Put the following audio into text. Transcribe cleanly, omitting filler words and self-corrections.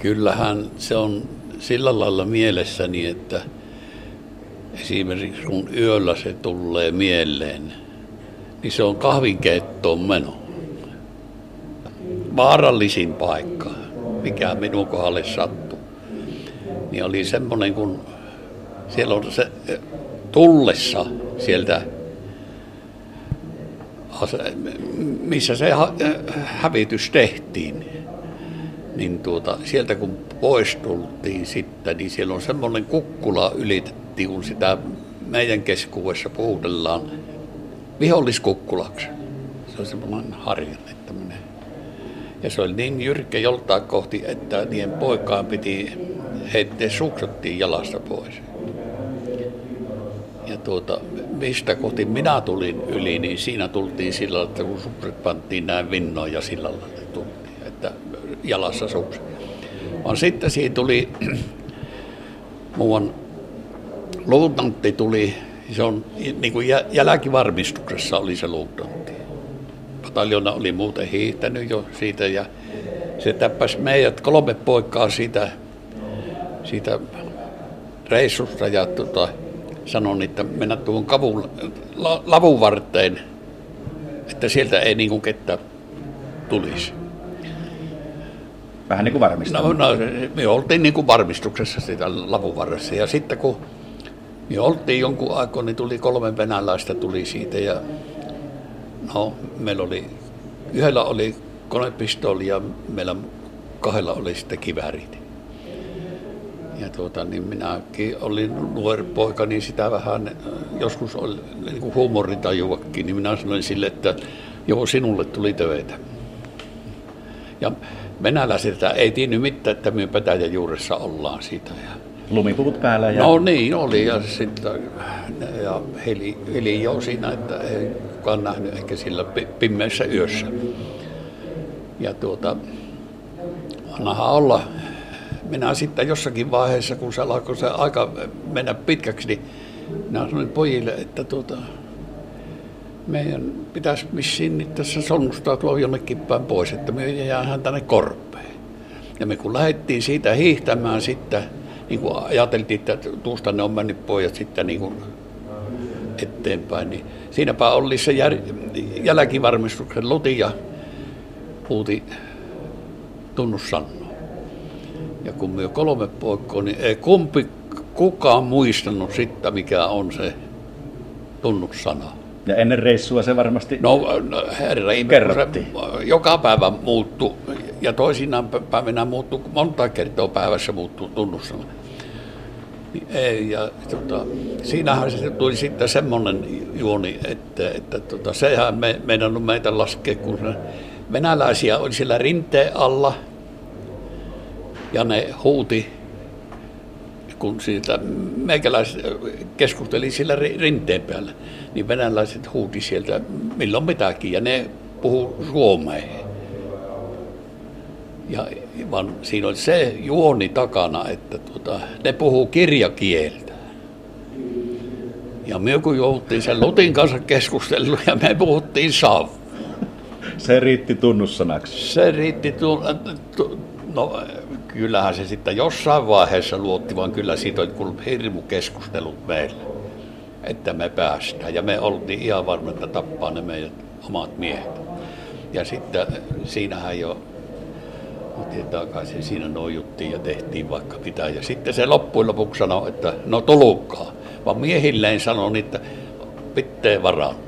kyllähän se on sillä lailla mielessäni, että esimerkiksi kun yöllä se tulee mieleen, niin se on kahvinkeittoon meno. Vaarallisin paikka, mikä minun kohdalle sattui, niin oli semmoinen, kun siellä on se tullessa sieltä, missä se hävitys tehtiin, niin sieltä kun pois tultiin sitten, niin siellä on semmoinen kukkula ylitettiin, kun sitä meidän keskuudessa puhutellaan viholliskukkulaksi. Se on semmoinen harjanne tämmöinen. Ja se oli niin jyrkkä joltain kohti, että niiden poikaan piti heittää suksottiin jalasta pois. Ja mistä kohti minä tulin yli, niin siinä tultiin sillä että kun sukset pantiin näin vinnoon ja sillä lailla tultiin, että jalassa sukset. Vaan sitten siinä tuli, muuan luutnantti tuli, se on niin kuin jälkivarmistuksessa oli se luutnantti. Pataljona oli muuten hiihtänyt jo siitä ja se täppäsi meidät 3 poikaa siitä reissusta ja sanon, että mennä tuohon lavun varteen, että sieltä ei niin kuin ketään tulisi. Vähän niin kuin varmistamaan. No, me oltiin niin kuin varmistuksessa sitä lavun varressa ja sitten kun me oltiin jonkun aikaa, niin tuli 3 venäläistä tuli siitä ja no, meillä oli, yhdellä oli konepistooli ja meillä 2 oli sitten kiväärit. Ja niin minäkin olin nuori poika, niin sitä vähän, joskus oli niin kuin huumoritajuakin, niin minä sanoin sille, että joo, sinulle tuli töitä. Ja venäläiset ei tiennyt mitään, että me Petäjän juuressa ollaan siitä. Lumipuvut päällä? Ja... No niin oli, ja sitten ja heli jo siinä, että ei kukaan nähnyt ehkä sillä pimeässä yössä. Ja annahan olla. Minä sitten jossakin vaiheessa, kun se alkoi se aika mennä pitkäksi, niin minä sanoin pojille, että meidän pitäisi vissiin tässä sonnustautua jonnekin päin pois, että me jäädään tänne korpeen. Ja me kun lähdettiin siitä hiihtämään sitten, niin kuin ajateltiin, että tuosta ne on mennyt pojat sitten niin kuin eteenpäin, niin siinäpä oli se jälkivarmistuksen luti ja huuti tunnussanoa. Ja kun me 3 poikkoa, niin ei kukaan muistanut sitten, mikä on se tunnussana. Ja ennen reissua se varmasti herra, kerrottiin. Joka päivä muuttui ja toisinaan päivinä muuttui, monta kertaa päivässä muuttui tunnussana. Ei, ja siinähän se tuli sitten semmoinen juoni, että sehän meidän on meitä laskea, kun venäläisiä oli siellä rinteen alla ja ne huuti, kun siitä meikäläiset keskusteli siellä rinteen päällä, niin venäläiset huuti sieltä milloin mitäkin ja ne puhuu suomeen. Ja vaan siinä oli se juoni takana, että ne puhuu kirjakieltä. Ja me kun jouttiin sen Lutin kanssa keskusteluun ja me puhuttiin savu. Se riitti tunnussanaksi. Se riitti no kyllähän se sitten jossain vaiheessa luotti, vaan kyllä siitä oli kuullut hirmu keskustelut meillä, että me päästään. Ja me oltiin ihan varma, että tappaa ne meidän omat miehet. Ja sitten siinähän jo otin takaisin, siinä noijuttiin ja tehtiin vaikka mitä. Ja sitten se loppujen lopuksi sanoi, että no tulkaa. Vaan miehilleen sanoi, että pitää varaa.